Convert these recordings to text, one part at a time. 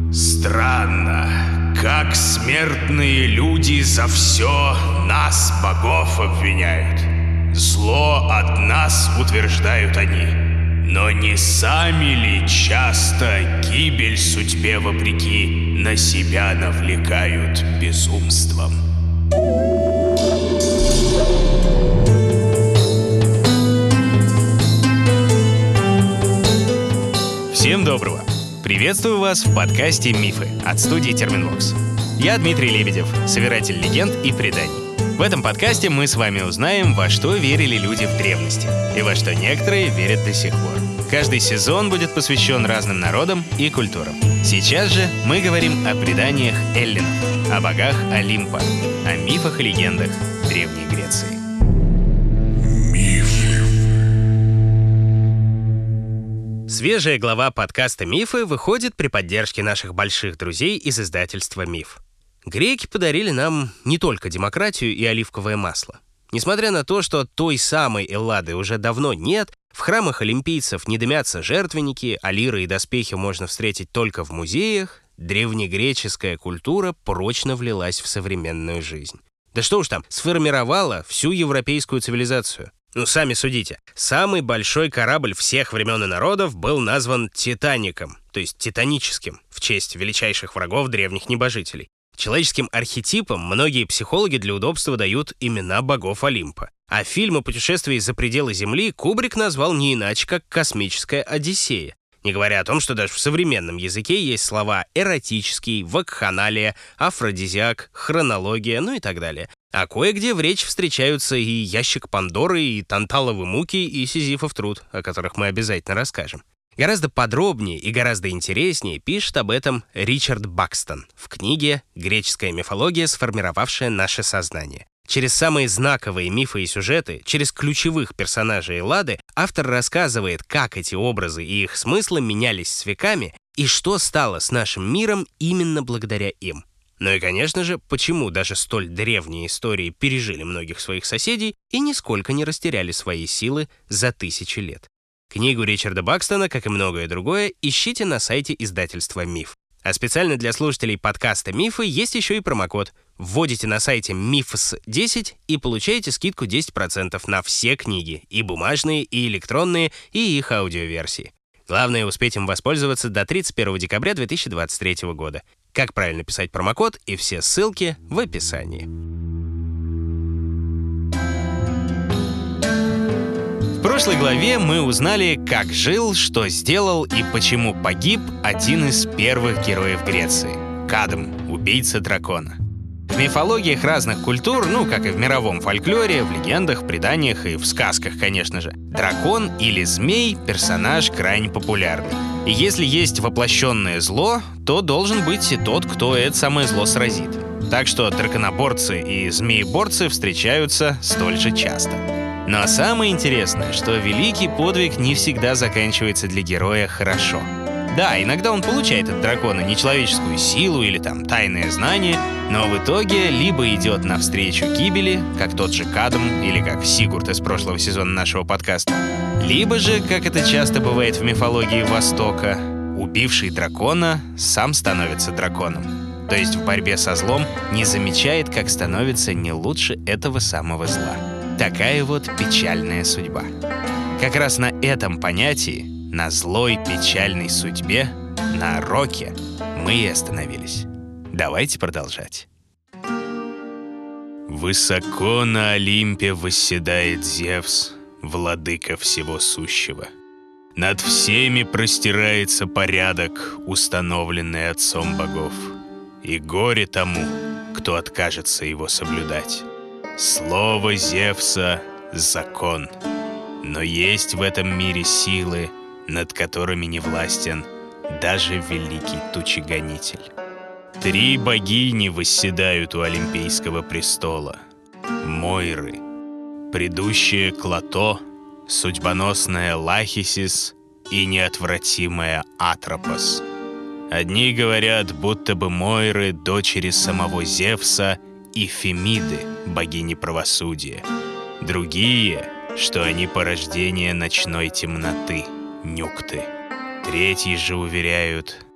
Странно, как смертные люди за все нас, богов, обвиняют. Зло от нас утверждают они. Но не сами ли часто гибель судьбе вопреки на себя навлекают безумством? Всем доброго! Приветствую вас в подкасте «Мифы» от студии Терминвокс. Я Дмитрий Лебедев, собиратель легенд и преданий. В этом подкасте мы с вами узнаем, во что верили люди в древности и во что некоторые верят до сих пор. Каждый сезон будет посвящен разным народам и культурам. Сейчас же мы говорим о преданиях эллинов, о богах Олимпа, о мифах и легендах Древней Греции. Свежая глава подкаста «Мифы» выходит при поддержке наших больших друзей из издательства «Миф». Греки подарили нам не только демократию и оливковое масло. Несмотря на то, что той самой Эллады уже давно нет, в храмах олимпийцев не дымятся жертвенники, а лиры и доспехи можно встретить только в музеях, древнегреческая культура прочно влилась в современную жизнь. Да что уж там, сформировала всю европейскую цивилизацию. Сами судите. Самый большой корабль всех времен и народов был назван Титаником, то есть титаническим, в честь величайших врагов древних небожителей. Человеческим архетипам многие психологи для удобства дают имена богов Олимпа. А фильм о путешествии за пределы Земли Кубрик назвал не иначе, как «Космическая Одиссея». Не говоря о том, что даже в современном языке есть слова «эротический», «вакханалия», «афродизиак», «хронология», и так далее. А кое-где в речь встречаются и ящик Пандоры, и танталовы муки, и Сизифов труд, о которых мы обязательно расскажем. Гораздо подробнее и гораздо интереснее пишет об этом Ричард Бакстон в книге «Греческая мифология, сформировавшая наше сознание». Через самые знаковые мифы и сюжеты, через ключевых персонажей Эллады, автор рассказывает, как эти образы и их смыслы менялись с веками и что стало с нашим миром именно благодаря им. Ну и, конечно же, почему даже столь древние истории пережили многих своих соседей и нисколько не растеряли свои силы за тысячи лет. Книгу Ричарда Бакстона, как и многое другое, ищите на сайте издательства «Миф». А специально для слушателей подкаста «Мифы» есть еще и промокод. Вводите на сайте MIFS10 и получаете скидку 10% на все книги, и бумажные, и электронные, и их аудиоверсии. Главное успеть им воспользоваться до 31 декабря 2023 года. Как правильно писать промокод и все ссылки в описании. В прошлой главе мы узнали, как жил, что сделал и почему погиб один из первых героев Греции — Кадм, убийца дракона. В мифологиях разных культур, как и в мировом фольклоре, в легендах, преданиях и в сказках, конечно же, дракон или змей — персонаж крайне популярный. И если есть воплощенное зло, то должен быть и тот, кто это самое зло сразит. Так что драконоборцы и змееборцы встречаются столь же часто. Но самое интересное, что великий подвиг не всегда заканчивается для героя хорошо. Да, иногда он получает от дракона нечеловеческую силу или тайное знание, но в итоге либо идет навстречу гибели, как тот же Кадм или как Сигурд из прошлого сезона нашего подкаста, либо же, как это часто бывает в мифологии Востока, убивший дракона сам становится драконом. То есть в борьбе со злом не замечает, как становится не лучше этого самого зла. Такая вот печальная судьба. Как раз на этом понятии, на злой печальной судьбе, на роке, мы и остановились. Давайте продолжать. Высоко на Олимпе восседает Зевс, владыка всего сущего. Над всеми простирается порядок, установленный отцом богов. И горе тому, кто откажется его соблюдать. Слово Зевса — закон. Но есть в этом мире силы, над которыми не властен даже великий тучегонитель. 3 богини восседают у Олимпийского престола. Мойры, предыдущая Клото, судьбоносная Лахисис и неотвратимая Атропос. Одни говорят, будто бы Мойры — дочери самого Зевса и Фемиды, богини правосудия. Другие, что они порождение ночной темноты, Нюкты. Третьи же уверяют,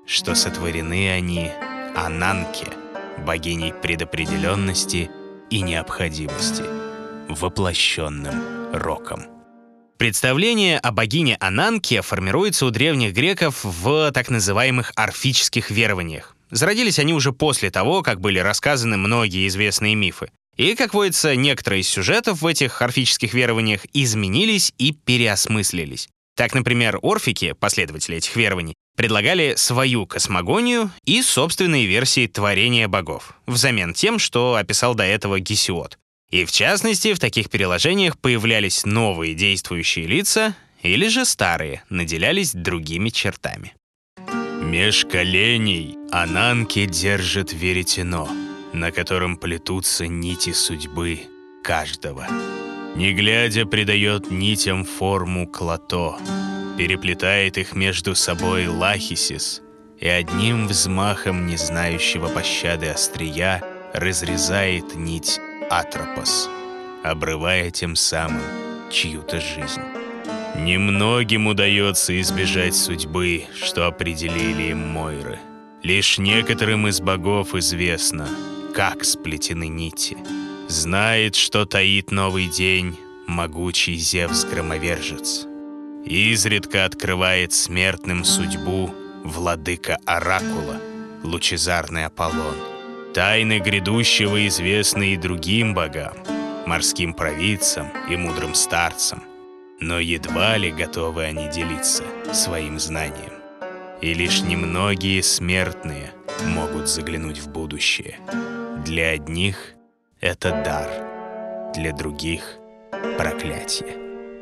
что сотворены они Ананке, богиней предопределенности и необходимости, воплощенным роком. Представление о богине Ананке формируется у древних греков в так называемых орфических верованиях. Зародились они уже после того, как были рассказаны многие известные мифы. И, как водится, некоторые из сюжетов в этих орфических верованиях изменились и переосмыслились. Так, например, орфики, последователи этих верований, предлагали свою космогонию и собственные версии творения богов, взамен тем, что описал до этого Гесиод. И в частности, в таких переложениях появлялись новые действующие лица, или же старые наделялись другими чертами. Меж коленей Ананке держит веретено, на котором плетутся нити судьбы каждого. Не глядя, придает нитям форму Клото, переплетает их между собой Лахисис и одним взмахом не знающего пощады острия разрезает нить Атропос, обрывая тем самым чью-то жизнь. Немногим удается избежать судьбы, что определили им Мойры. Лишь некоторым из богов известно, как сплетены нити. Знает, что таит новый день могучий Зевс-громовержец. Изредка открывает смертным судьбу владыка Оракула, лучезарный Аполлон. Тайны грядущего известны и другим богам, морским провидцам и мудрым старцам, но едва ли готовы они делиться своим знанием. И лишь немногие смертные могут заглянуть в будущее. Для одних это дар, для других — проклятие.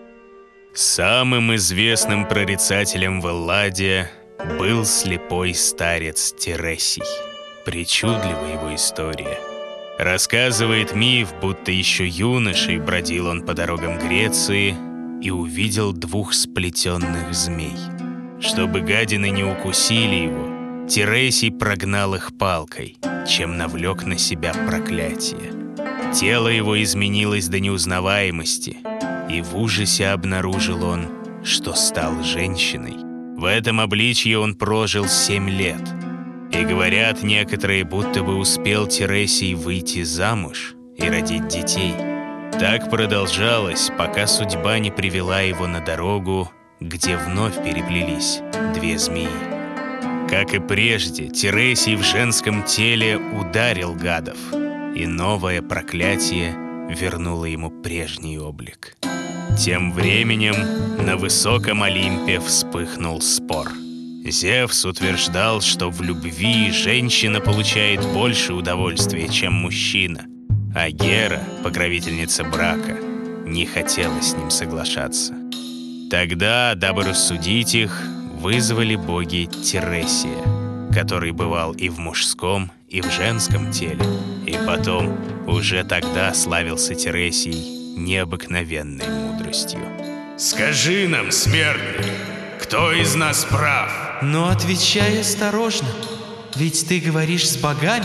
Самым известным прорицателем в Элладе был слепой старец Тересий. Причудливая его история. Рассказывает миф, будто еще юношей бродил он по дорогам Греции и увидел двух сплетенных змей. Чтобы гадины не укусили его, Тересий прогнал их палкой, чем навлек на себя проклятие. Тело его изменилось до неузнаваемости, и в ужасе обнаружил он, что стал женщиной. В этом обличье он прожил 7 лет. И говорят некоторые, будто бы успел Тересий выйти замуж и родить детей. Так продолжалось, пока судьба не привела его на дорогу, где вновь переплелись 2 змеи. Как и прежде, Тересий в женском теле ударил гадов, и новое проклятие вернуло ему прежний облик. Тем временем на высоком Олимпе вспыхнул спор. Зевс утверждал, что в любви женщина получает больше удовольствия, чем мужчина, а Гера, покровительница брака, не хотела с ним соглашаться. Тогда, дабы рассудить их, вызвали боги Тересия, который бывал и в мужском, и в женском теле. И потом, уже тогда славился Тересий необыкновенной мудростью. «Скажи нам, смертный, кто из нас прав?» Но отвечай осторожно, ведь ты говоришь с богами.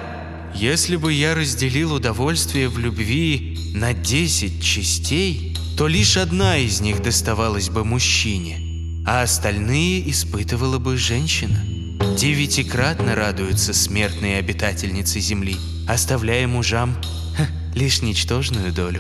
Если бы я разделил удовольствие в любви на 10 частей, то лишь одна из них доставалась бы мужчине, а остальные испытывала бы женщина. 9-кратно радуются смертные обитательницы земли, оставляя мужам лишь ничтожную долю.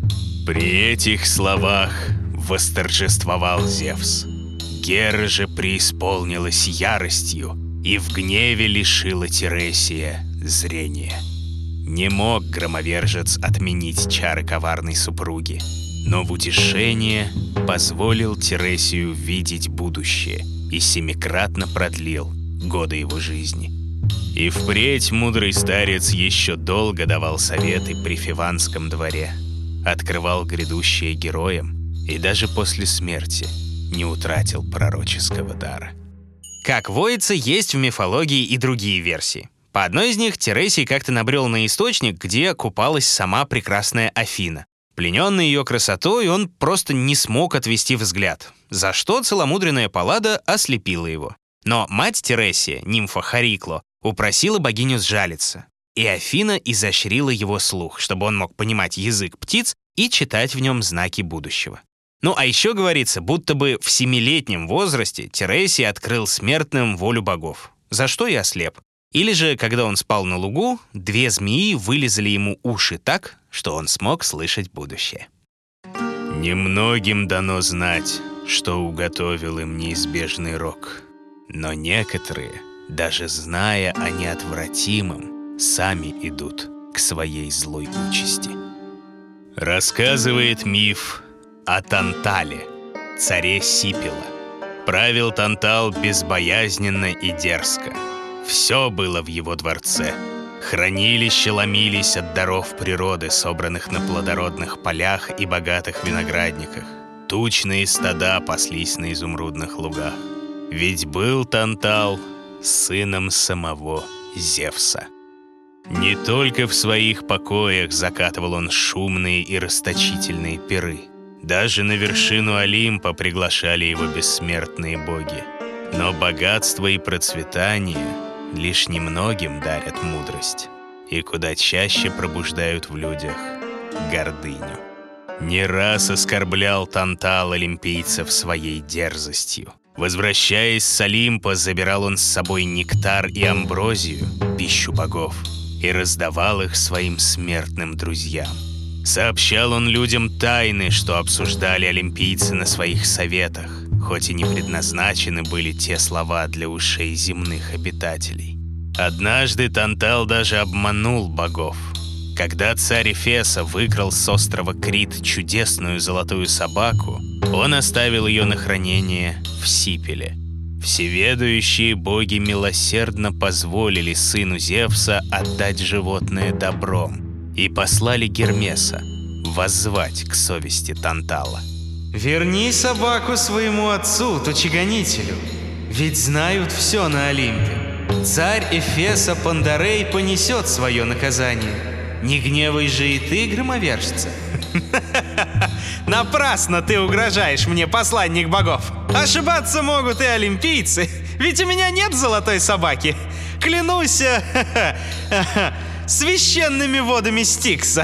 При этих словах восторжествовал Зевс. Гера же преисполнилась яростью и в гневе лишила Тересия зрения. Не мог громовержец отменить чары коварной супруги, но в утешение позволил Тересию видеть будущее и 7-кратно продлил годы его жизни. И впредь мудрый старец еще долго давал советы при Фиванском дворе, открывал грядущее героям и даже после смерти не утратил пророческого дара. Как водится, есть в мифологии и другие версии. По одной из них Тересий как-то набрел на источник, где купалась сама прекрасная Афина. Плененный ее красотой, он просто не смог отвести взгляд, за что целомудренная Паллада ослепила его. Но мать Тересия, нимфа Харикло, упросила богиню сжалиться, и Афина изощрила его слух, чтобы он мог понимать язык птиц и читать в нем знаки будущего. Ну, а еще говорится, будто бы в 7-летнем возрасте Тиресий открыл смертным волю богов, за что и ослеп. Или же, когда он спал на лугу, 2 змеи вылезали ему уши так, что он смог слышать будущее. Немногим дано знать, что уготовил им неизбежный рок. Но некоторые, даже зная о неотвратимом, сами идут к своей злой участи. Рассказывает миф о Тантале, царе Сипила. Правил Тантал безбоязненно и дерзко. Все было в его дворце. Хранилища ломились от даров природы, собранных на плодородных полях и богатых виноградниках. Тучные стада паслись на изумрудных лугах. Ведь был Тантал сыном самого Зевса. Не только в своих покоях закатывал он шумные и расточительные пиры. Даже на вершину Олимпа приглашали его бессмертные боги. Но богатство и процветание лишь немногим дарят мудрость и куда чаще пробуждают в людях гордыню. Не раз оскорблял Тантал олимпийцев своей дерзостью. Возвращаясь с Олимпа, забирал он с собой нектар и амброзию, пищу богов, и раздавал их своим смертным друзьям. Сообщал он людям тайны, что обсуждали олимпийцы на своих советах, хоть и не предназначены были те слова для ушей земных обитателей. Однажды Тантал даже обманул богов. Когда царь Эфеса выкрал с острова Крит чудесную золотую собаку, он оставил ее на хранение в Сипиле. Всеведущие боги милосердно позволили сыну Зевса отдать животное добром и послали Гермеса воззвать к совести Тантала. «Верни собаку своему отцу, тучегонителю, ведь знают все на Олимпе. Царь Эфеса Пандарей понесет свое наказание. Не гневай же и ты, громовержца». Напрасно ты угрожаешь мне, посланник богов. Ошибаться могут и олимпийцы, ведь у меня нет золотой собаки. Клянусь священными водами Стикса.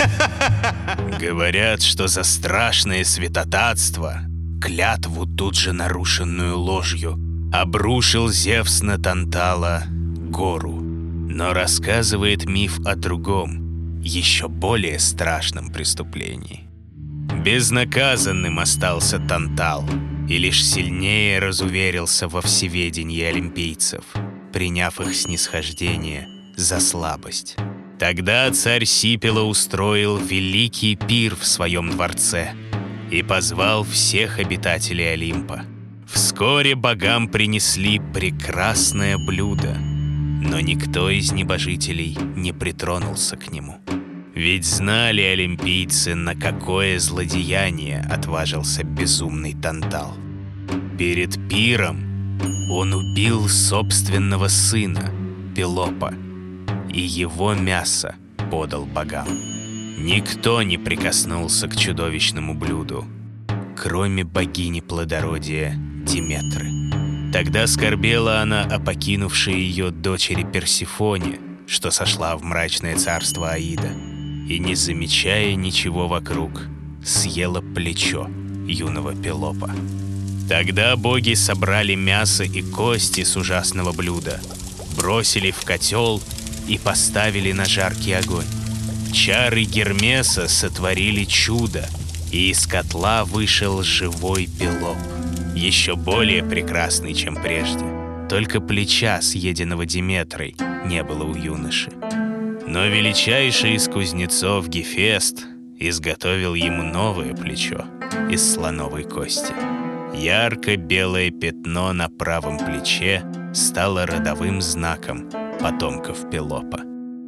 Говорят, что за страшное святотатство, клятву тут же нарушенную ложью, обрушил Зевс на Тантала гору. Но рассказывает миф о другом, еще более страшном преступлении. Безнаказанным остался Тантал и лишь сильнее разуверился во всеведении олимпийцев, приняв их снисхождение за слабость. Тогда царь Сипила устроил великий пир в своем дворце и позвал всех обитателей Олимпа. Вскоре богам принесли прекрасное блюдо, но никто из небожителей не притронулся к нему. Ведь знали олимпийцы, на какое злодеяние отважился безумный Тантал. Перед пиром он убил собственного сына, Пелопа, и его мясо подал богам. Никто не прикоснулся к чудовищному блюду, кроме богини плодородия Диметры. Тогда скорбела она о покинувшей ее дочери Персифоне, что сошла в мрачное царство Аида, и, не замечая ничего вокруг, съела плечо юного Пелопа. Тогда боги собрали мясо и кости с ужасного блюда, бросили в котел и поставили на жаркий огонь. Чары Гермеса сотворили чудо, и из котла вышел живой Пелоп, еще более прекрасный, чем прежде. Только плеча, съеденного Диметрой, не было у юноши. Но величайший из кузнецов Гефест изготовил ему новое плечо из слоновой кости. Ярко-белое пятно на правом плече стало родовым знаком потомков Пелопа.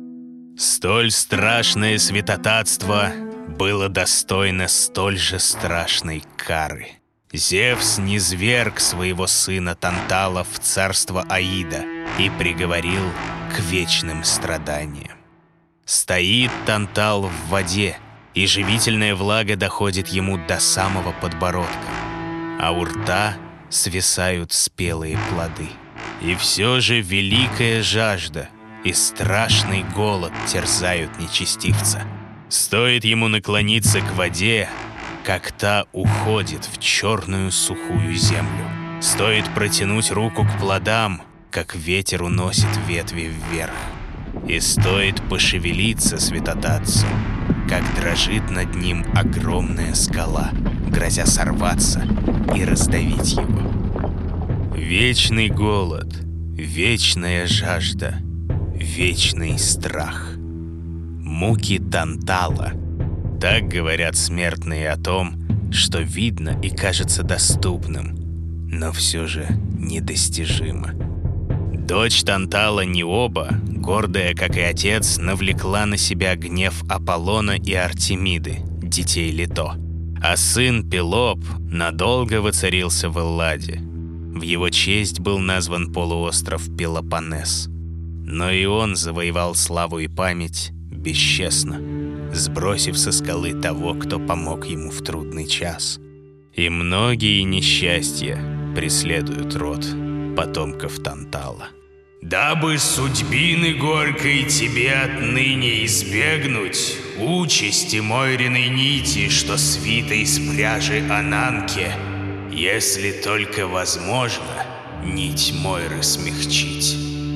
Столь страшное святотатство было достойно столь же страшной кары. Зевс низвергг своего сына Тантала в царство Аида и приговорил к вечным страданиям. Стоит Тантал в воде, и живительная влага доходит ему до самого подбородка, а у рта свисают спелые плоды. И все же великая жажда и страшный голод терзают нечестивца. Стоит ему наклониться к воде, как та уходит в черную сухую землю. Стоит протянуть руку к плодам, как ветер уносит ветви вверх. И стоит пошевелиться святотатцу, как дрожит над ним огромная скала, грозя сорваться и раздавить его. Вечный голод, вечная жажда, вечный страх. Муки Тантала. Так говорят смертные о том, что видно и кажется доступным, но все же недостижимо. Дочь Тантала Ниоба, гордая, как и отец, навлекла на себя гнев Аполлона и Артемиды, детей Лето. А сын Пелоп надолго воцарился в Элладе. В его честь был назван полуостров Пелопоннес. Но и он завоевал славу и память бесчестно, сбросив со скалы того, кто помог ему в трудный час. И многие несчастья преследуют род потомков Тантала. Дабы судьбины горькой тебе отныне избегнуть, участи Мойриной нити, что свита из пряжи Ананке, если только возможно, нить Мойры смягчить.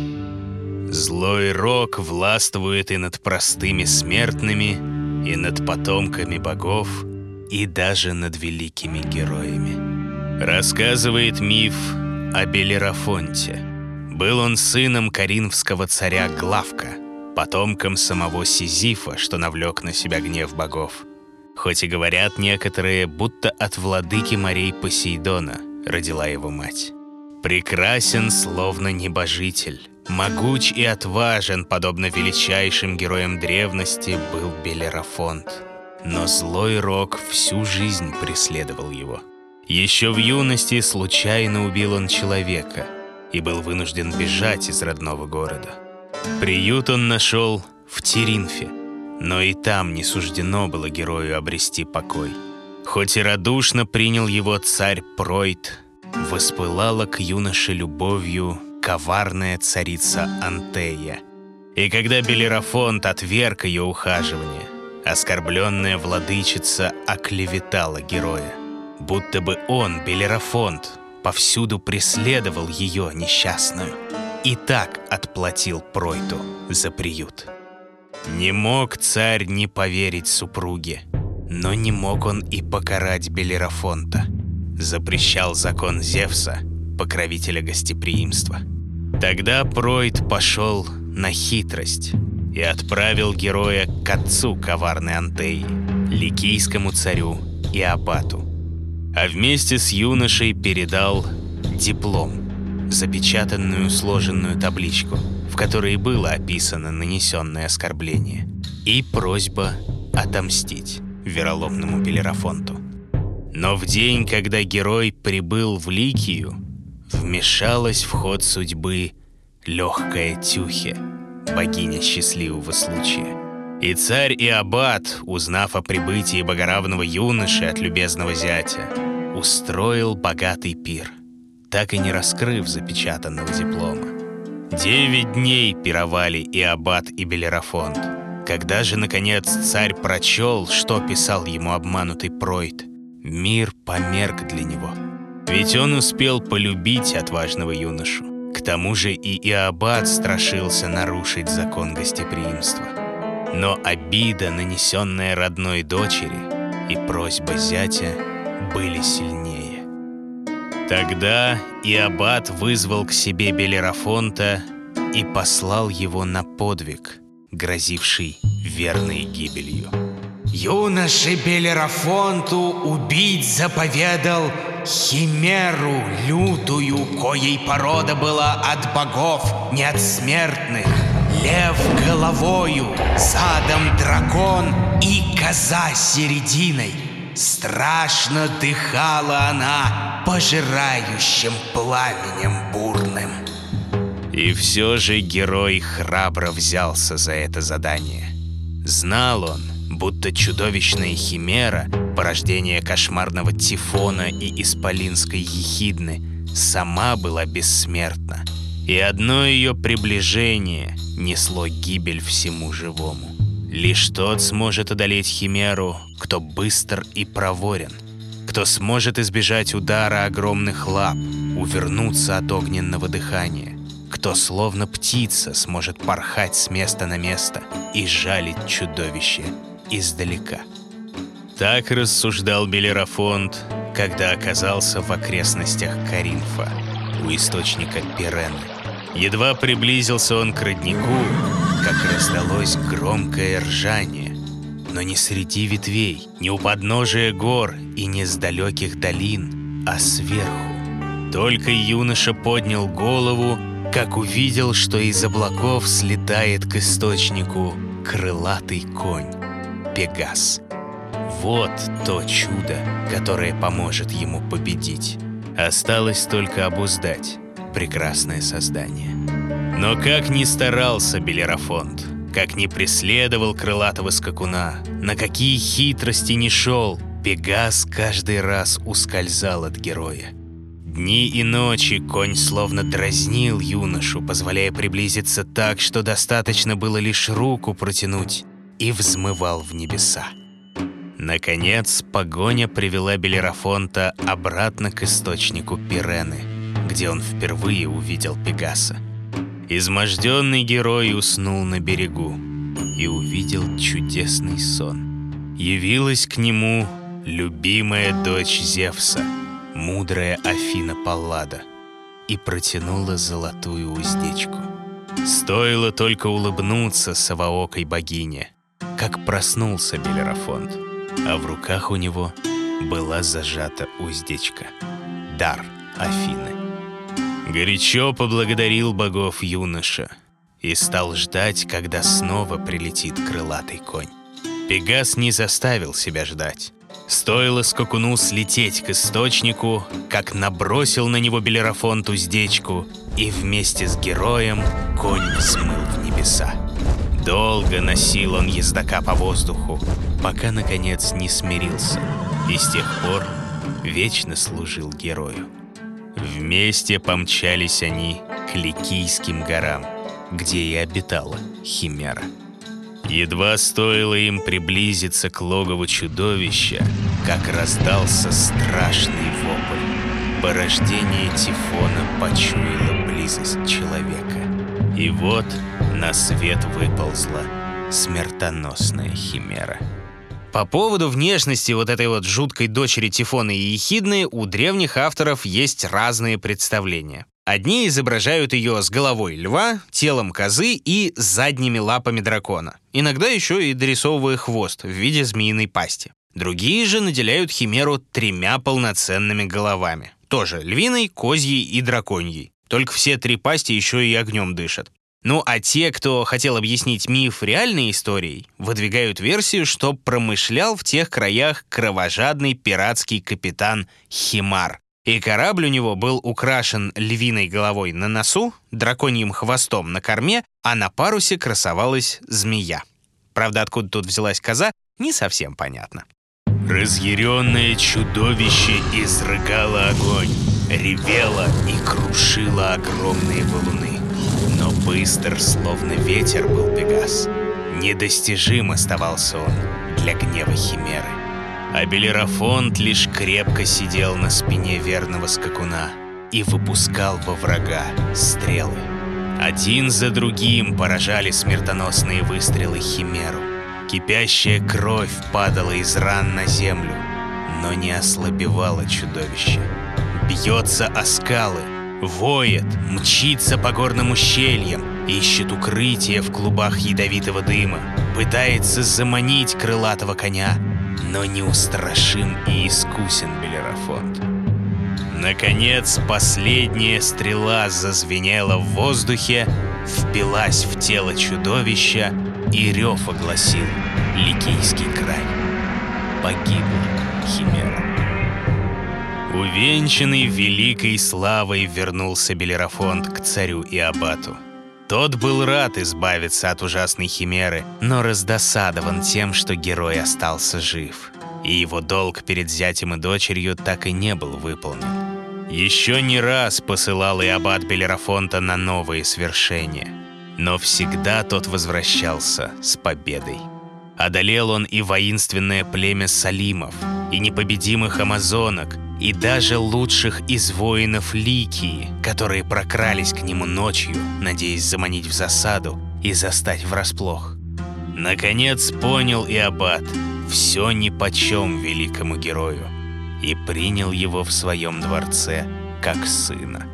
Злой рок властвует и над простыми смертными, и над потомками богов, и даже над великими героями. Рассказывает миф о Белерафонте. Был он сыном коринфского царя Главка, потомком самого Сизифа, что навлек на себя гнев богов. Хоть и говорят некоторые, будто от владыки морей Посейдона родила его мать. Прекрасен, словно небожитель, могуч и отважен, подобно величайшим героям древности, был Белерафонт. Но злой рок всю жизнь преследовал его. Еще в юности случайно убил он человека и был вынужден бежать из родного города. Приют он нашел в Теринфе, но и там не суждено было герою обрести покой. Хоть и радушно принял его царь Пройд, воспылала к юноше любовью коварная царица Антея. И когда Белерафонт отверг ее ухаживание, оскорбленная владычица оклеветала героя, будто бы он, Белерафонт, повсюду преследовал ее несчастную и так отплатил Пройду за приют. Не мог царь не поверить супруге, но не мог он и покарать Белерафонта. Запрещал закон Зевса, покровителя гостеприимства. Тогда Пройд пошел на хитрость и отправил героя к отцу коварной Антеи, ликийскому царю Иабату. А вместе с юношей передал диплом, запечатанную сложенную табличку, в которой было описано нанесенное оскорбление, и просьба отомстить вероломному Белерафонту. Но в день, когда герой прибыл в Ликию, вмешалась в ход судьбы легкая Тюхе, богиня счастливого случая. И царь Иабат, узнав о прибытии богоравного юноши от любезного зятя, устроил богатый пир, так и не раскрыв запечатанного диплома. 9 дней пировали Иабат и Белерафонт. Когда же, наконец, царь прочел, что писал ему обманутый Пройд, мир померк для него. Ведь он успел полюбить отважного юношу. К тому же и Иабат страшился нарушить закон гостеприимства. Но обида, нанесенная родной дочери, и просьба зятя были сильнее. Тогда Иабат вызвал к себе Белерафонта и послал его на подвиг, грозивший верной гибелью. Юноше Белерафонту убить заповедал химеру лютую, коей порода была от богов, не от смертных. Лев головою, задом дракон и коза серединой. Страшно дыхала она пожирающим пламенем бурным. И все же герой храбро взялся за это задание. Знал он, будто чудовищная химера, порождение кошмарного Тифона и исполинской Ехидны, сама была бессмертна, и одно ее приближение несло гибель всему живому. Лишь тот сможет одолеть химеру, кто быстр и проворен, кто сможет избежать удара огромных лап, увернуться от огненного дыхания, кто словно птица сможет порхать с места на место и жалить чудовище издалека. Так рассуждал Белерафонт, когда оказался в окрестностях Коринфа, у источника Пирены. Едва приблизился он к роднику, как раздалось громкое ржание. Но не среди ветвей, не у подножия гор и не с далеких долин, а сверху. Только юноша поднял голову, как увидел, что из облаков слетает к источнику крылатый конь — Пегас. Вот то чудо, которое поможет ему победить. Осталось только обуздать прекрасное создание. Но как ни старался Белерафонт, как ни преследовал крылатого скакуна, на какие хитрости ни шел, Пегас каждый раз ускользал от героя. Дни и ночи конь словно дразнил юношу, позволяя приблизиться так, что достаточно было лишь руку протянуть, и взмывал в небеса. Наконец, погоня привела Белерафонта обратно к источнику Пирены, где он впервые увидел Пегаса. Изможденный герой уснул на берегу и увидел чудесный сон. Явилась к нему любимая дочь Зевса, мудрая Афина Паллада, и протянула золотую уздечку. Стоило только улыбнуться совоокой богине, как проснулся Белерафонт, а в руках у него была зажата уздечка, дар Афины. Горячо поблагодарил богов юноша и стал ждать, когда снова прилетит крылатый конь. Пегас не заставил себя ждать. Стоило скакуну слететь к источнику, как набросил на него Белерафонт уздечку, и вместе с героем конь взмыл в небеса. Долго носил он ездока по воздуху, пока, наконец, не смирился, и с тех пор вечно служил герою. Вместе помчались они к Ликийским горам, где и обитала химера. Едва стоило им приблизиться к логову чудовища, как раздался страшный вопль. Порождение Тифона почуяло близость человека. И вот на свет выползла смертоносная химера. По поводу внешности вот этой вот жуткой дочери Тифона и Ехидны у древних авторов есть разные представления. Одни изображают ее с головой льва, телом козы и задними лапами дракона, иногда еще и дорисовывая хвост в виде змеиной пасти. Другие же наделяют химеру 3 полноценными головами, тоже львиной, козьей и драконьей. Только все 3 пасти еще и огнем дышат. Ну а те, кто хотел объяснить миф реальной историей, выдвигают версию, что промышлял в тех краях кровожадный пиратский капитан Химар. И корабль у него был украшен львиной головой на носу, драконьим хвостом на корме, а на парусе красовалась змея. Правда, откуда тут взялась коза, не совсем понятно. Разъяренное чудовище изрыгало огонь, ревело и крушило огромные валуны. Но быстр, словно ветер, был Пегас. Недостижим оставался он для гнева химеры. А Белерафонт лишь крепко сидел на спине верного скакуна и выпускал во врага стрелы. Один за другим поражали смертоносные выстрелы химеру. Кипящая кровь падала из ран на землю, но не ослабевало чудовище. Бьется о скалы, воет, мчится по горным ущельям, ищет укрытие в клубах ядовитого дыма, пытается заманить крылатого коня, но неустрашим и искусен Белерафонт. Наконец, последняя стрела зазвенела в воздухе, впилась в тело чудовища, и рев огласил Ликийский край. Погибла химера. Увенчанный великой славой вернулся Белерафонт к царю и аббату. Тот был рад избавиться от ужасной химеры, но раздосадован тем, что герой остался жив, и его долг перед зятем и дочерью так и не был выполнен. Еще не раз посылал и аббат Белерафонта на новые свершения, но всегда тот возвращался с победой. Одолел он и воинственное племя салимов, и непобедимых амазонок, и даже лучших из воинов Ликии, которые прокрались к нему ночью, надеясь заманить в засаду и застать врасплох. Наконец понял и аббат: все нипочем великому герою, и принял его в своем дворце как сына.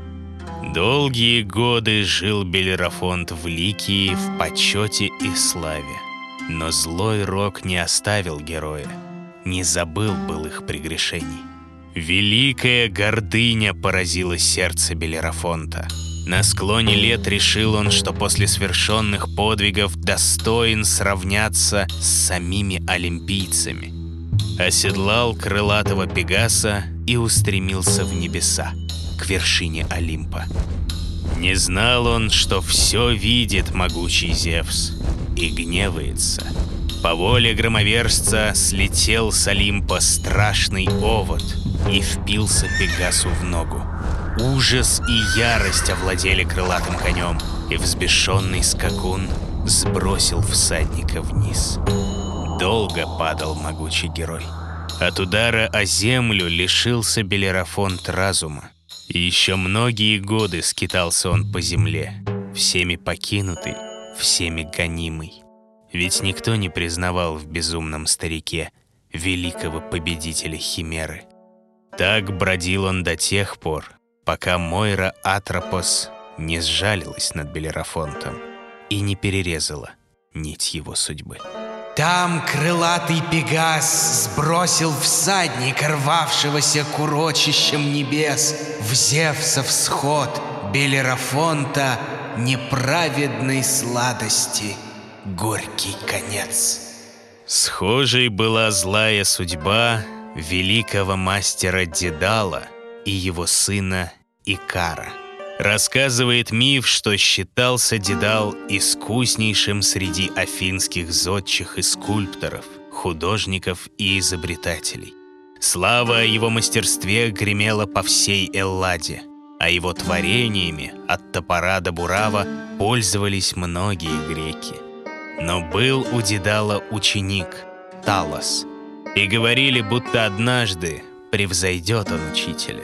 Долгие годы жил Белерафонт в Ликии в почете и славе. Но злой рок не оставил героя, не забыл былых прегрешений. Великая гордыня поразила сердце Белерафонта. На склоне лет решил он, что после свершенных подвигов достоин сравняться с самими олимпийцами. Оседлал крылатого Пегаса и устремился в небеса, к вершине Олимпа. Не знал он, что все видит могучий Зевс и гневается. По воле громовержца слетел с Олимпа страшный овод и впился Пегасу в ногу. Ужас и ярость овладели крылатым конем, и взбешенный скакун сбросил всадника вниз. Долго падал могучий герой. От удара о землю лишился Белерафонт разума. И еще многие годы скитался он по земле, всеми покинутый, всеми гонимый. Ведь никто не признавал в безумном старике великого победителя Химеры. Так бродил он до тех пор, пока Мойра Атропос не сжалилась над Белерафонтом и не перерезала нить его судьбы. Там крылатый Пегас сбросил всадника, рвавшегося к урочищам небес, в Зевса всход Белерафонта неправедной сладости горький конец. Схожей была злая судьба великого мастера Дедала и его сына Икара. Рассказывает миф, что считался Дедал искуснейшим среди афинских зодчих и скульпторов, художников и изобретателей. Слава о его мастерстве гремела по всей Элладе, а его творениями от топора до бурава пользовались многие греки. Но был у Дедала ученик Талос, и говорили, будто однажды превзойдет он учителя.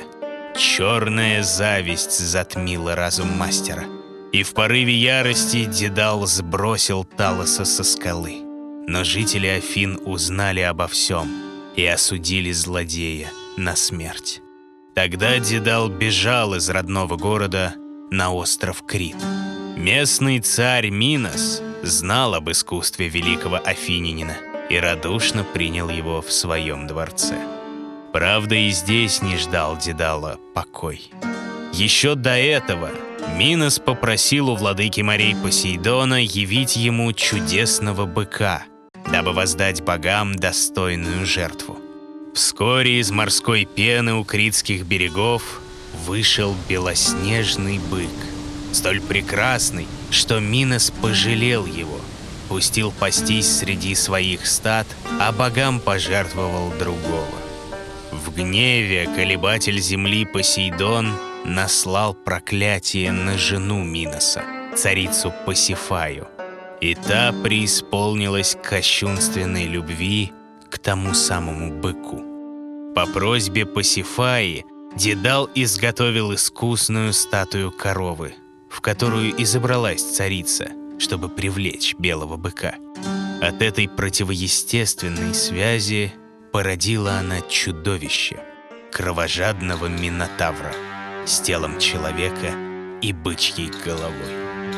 Черная зависть затмила разум мастера, и в порыве ярости Дедал сбросил Талоса со скалы. Но жители Афин узнали обо всем и осудили злодея на смерть. Тогда Дедал бежал из родного города на остров Крит. Местный царь Минос знал об искусстве великого афинянина и радушно принял его в своем дворце. Правда, и здесь не ждал Дедала покой. Еще до этого Минос попросил у владыки морей Посейдона явить ему чудесного быка, дабы воздать богам достойную жертву. Вскоре из морской пены у критских берегов вышел белоснежный бык, столь прекрасный, что Минос пожалел его, пустил пастись среди своих стад, а богам пожертвовал другого. В гневе колебатель земли Посейдон наслал проклятие на жену Миноса, царицу Пасифаю, и та преисполнилась кощунственной любви к тому самому быку. По просьбе Пасифаи Дедал изготовил искусную статую коровы, в которую и забралась царица, чтобы привлечь белого быка. От этой противоестественной связи породила она чудовище, кровожадного Минотавра с телом человека и бычьей головой.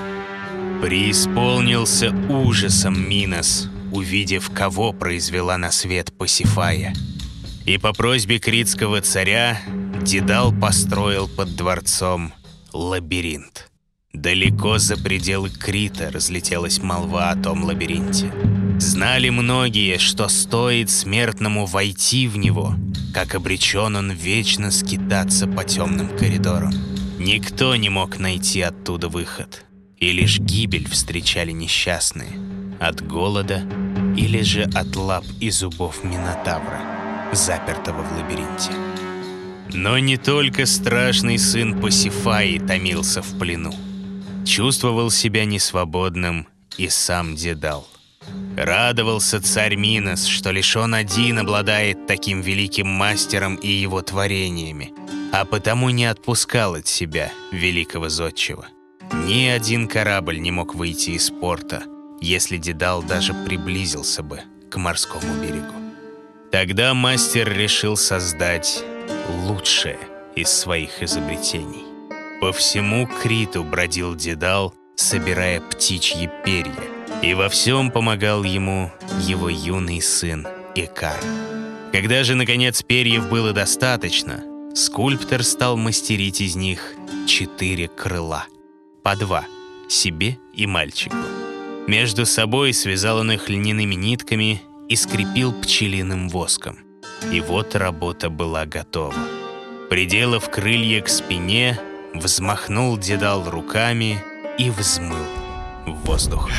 Преисполнился ужасом Минос, увидев, кого произвела на свет Пасифая. И по просьбе критского царя Дедал построил под дворцом лабиринт. Далеко за пределы Крита разлетелась молва о том лабиринте. Знали многие, что стоит смертному войти в него, как обречен он вечно скитаться по темным коридорам. Никто не мог найти оттуда выход, и лишь гибель встречали несчастные от голода или же от лап и зубов Минотавра, запертого в лабиринте. Но не только страшный сын Пасифаи томился в плену. Чувствовал себя несвободным и сам Дедал. Радовался царь Минос, что лишь он один обладает таким великим мастером и его творениями, а потому не отпускал от себя великого зодчего. Ни один корабль не мог выйти из порта, если Дедал даже приблизился бы к морскому берегу. Тогда мастер решил создать лучшее из своих изобретений. По всему Криту бродил Дедал, собирая птичьи перья, и во всем помогал ему его юный сын Икар. Когда же, наконец, перьев было достаточно, скульптор стал мастерить из них 4 крыла, по 2 себе и мальчику. Между собой связал он их льняными нитками и скрепил пчелиным воском. И вот работа была готова. Приделав крылья к спине, взмахнул Дедал руками и взмыл в воздух.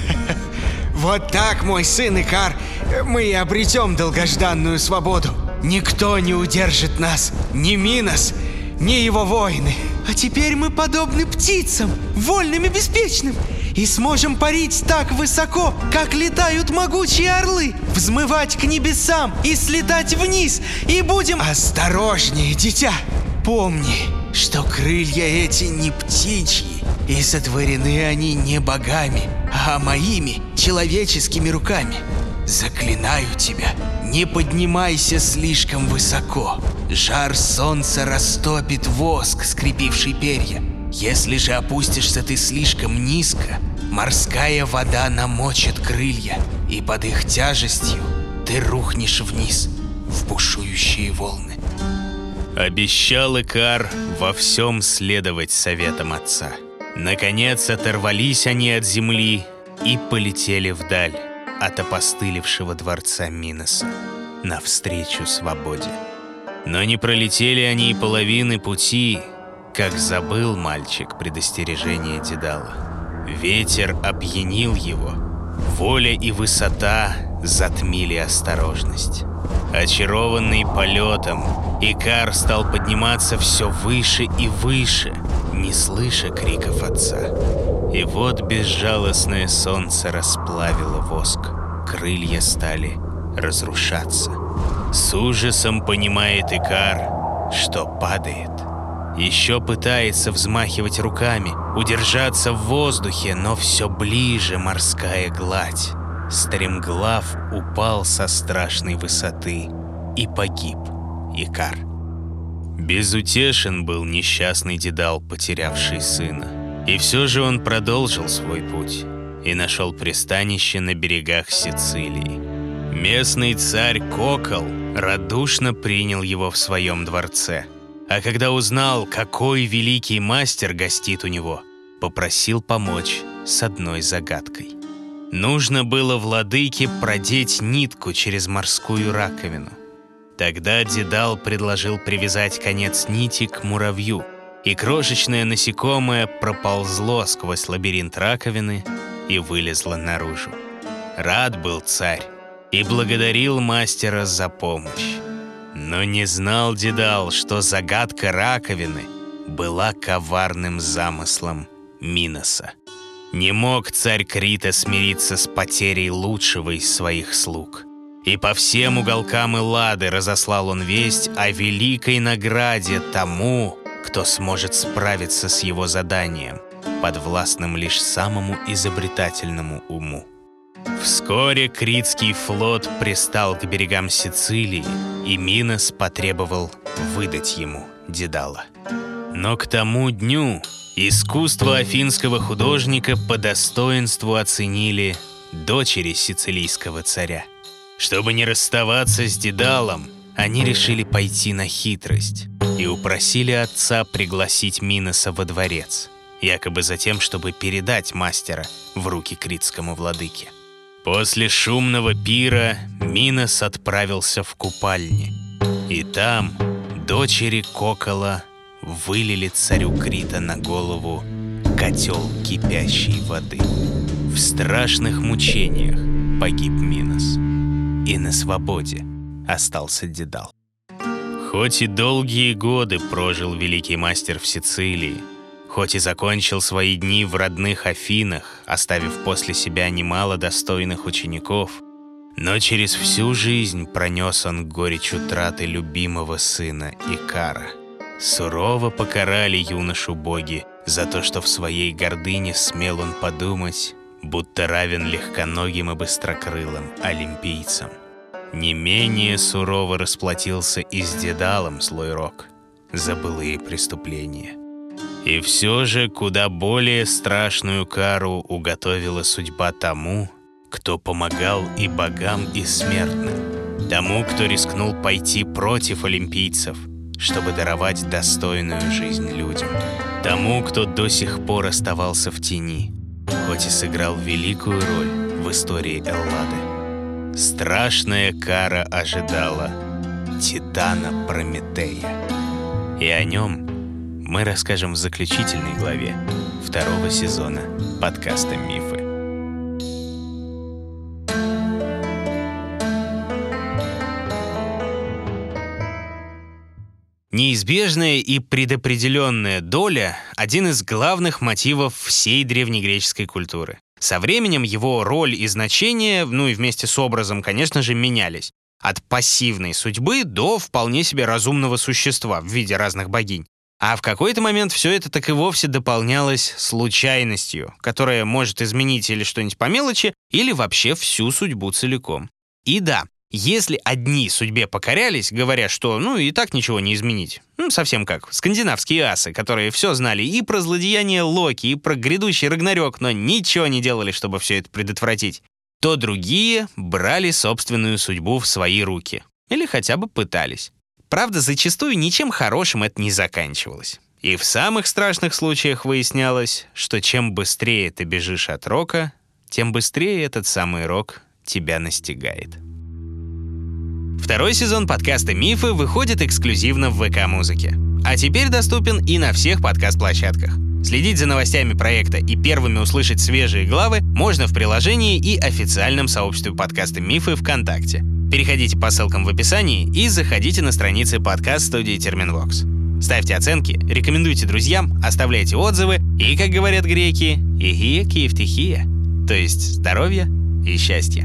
Вот так, мой сын Икар, мы и обретем долгожданную свободу. Никто не удержит нас, ни Минос, ни его воины. А теперь мы подобны птицам, вольным и беспечным, и сможем парить так высоко, как летают могучие орлы, взмывать к небесам и слетать вниз, и будем... Осторожнее, дитя! Помни, что крылья эти не птичьи, и сотворены они не богами, а моими человеческими руками. Заклинаю тебя, не поднимайся слишком высоко. Жар солнца растопит воск, скрепивший перья. Если же опустишься ты слишком низко, морская вода намочит крылья, и под их тяжестью ты рухнешь вниз в бушующие волны. Обещал Икар во всем следовать советам отца. Наконец оторвались они от земли и полетели вдаль от опостылевшего дворца Миноса, навстречу свободе. Но не пролетели они и половины пути, как забыл мальчик предостережение Дедала. Ветер опьянил его, воля и высота затмили осторожность. Очарованный полетом, Икар стал подниматься все выше и выше, не слыша криков отца. И вот безжалостное солнце расплавило воск, крылья стали разрушаться. С ужасом понимает Икар, что падает. Еще пытается взмахивать руками, удержаться в воздухе, но все ближе морская гладь. Стремглав упал со страшной высоты и погиб Икар. Безутешен был несчастный Дедал, потерявший сына. И все же он продолжил свой путь и нашел пристанище на берегах Сицилии. Местный царь Кокол радушно принял его в своем дворце. А когда узнал, какой великий мастер гостит у него, попросил помочь с одной загадкой. Нужно было владыке продеть нитку через морскую раковину. Тогда Дедал предложил привязать конец нити к муравью, и крошечное насекомое проползло сквозь лабиринт раковины и вылезло наружу. Рад был царь и благодарил мастера за помощь. Но не знал Дедал, что загадка раковины была коварным замыслом Миноса. Не мог царь Крита смириться с потерей лучшего из своих слуг. И по всем уголкам Эллады разослал он весть о великой награде тому, кто сможет справиться с его заданием, подвластным лишь самому изобретательному уму. Вскоре критский флот пристал к берегам Сицилии, и Минос потребовал выдать ему Дедала. Но к тому дню искусство афинского художника по достоинству оценили дочери сицилийского царя. Чтобы не расставаться с Дедалом, они решили пойти на хитрость и упросили отца пригласить Миноса во дворец, якобы за тем, чтобы передать мастера в руки критскому владыке. После шумного пира Минос отправился в купальни, и там дочери Кокола вылили царю Крита на голову котел кипящей воды. В страшных мучениях погиб Минос, и на свободе остался Дедал. Хоть и долгие годы прожил великий мастер в Сицилии, хоть и закончил свои дни в родных Афинах, оставив после себя немало достойных учеников, но через всю жизнь пронес он горечь утраты любимого сына Икара. Сурово покарали юношу боги за то, что в своей гордыне смел он подумать, будто равен легконогим и быстрокрылым олимпийцам. Не менее сурово расплатился и с Дедалом злой рок за былые преступления. И все же куда более страшную кару уготовила судьба тому, кто помогал и богам, и смертным, тому, кто рискнул пойти против олимпийцев, чтобы даровать достойную жизнь людям, тому, кто до сих пор оставался в тени, хоть и сыграл великую роль в истории Эллады. Страшная кара ожидала Титана Прометея. И о нем мы расскажем в заключительной главе 2-го сезона подкаста «Мифы». Неизбежная и предопределенная доля – один из главных мотивов всей древнегреческой культуры. Со временем его роль и значение, и вместе с образом, конечно же, менялись. От пассивной судьбы до вполне себе разумного существа в виде разных богинь. А в какой-то момент все это так и вовсе дополнялось случайностью, которая может изменить или что-нибудь по мелочи, или вообще всю судьбу целиком. И да, если одни судьбе покорялись, говоря, что и так ничего не изменить, совсем как скандинавские асы, которые все знали и про злодеяние Локи, и про грядущий Рагнарёк, но ничего не делали, чтобы все это предотвратить, то другие брали собственную судьбу в свои руки. Или хотя бы пытались. Правда, зачастую ничем хорошим это не заканчивалось. И в самых страшных случаях выяснялось, что чем быстрее ты бежишь от рока, тем быстрее этот самый рок тебя настигает. 2-й сезон подкаста «Мифы» выходит эксклюзивно в ВК-музыке. А теперь доступен и на всех подкаст-площадках. Следить за новостями проекта и первыми услышать свежие главы можно в приложении и официальном сообществе подкаста «Мифы» ВКонтакте. Переходите по ссылкам в описании и заходите на страницы подкаст-студии Терминвокс. Ставьте оценки, рекомендуйте друзьям, оставляйте отзывы и, как говорят греки, «Игия киевтихия», то есть здоровья и счастья.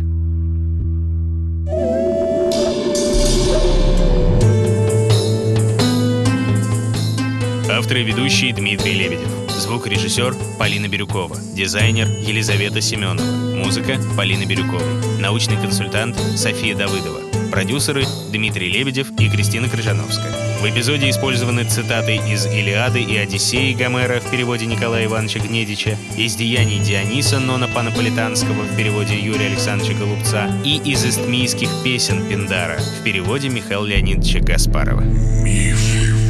Автор и ведущий Дмитрий Лебедев. Звукорежиссер Полина Бирюкова. Дизайнер Елизавета Семенова. Музыка Полины Бирюковой. Научный консультант София Давыдова. Продюсеры Дмитрий Лебедев и Кристина Крыжановская. В эпизоде использованы цитаты из «Илиады» и «Одиссеи» Гомера в переводе Николая Ивановича Гнедича, из «Деяний Диониса» Нона Панаполитанского в переводе Юрия Александровича Голубца и из «Истмийских песен» Пиндара в переводе Михаила Леонидовича Гаспарова. Мифы.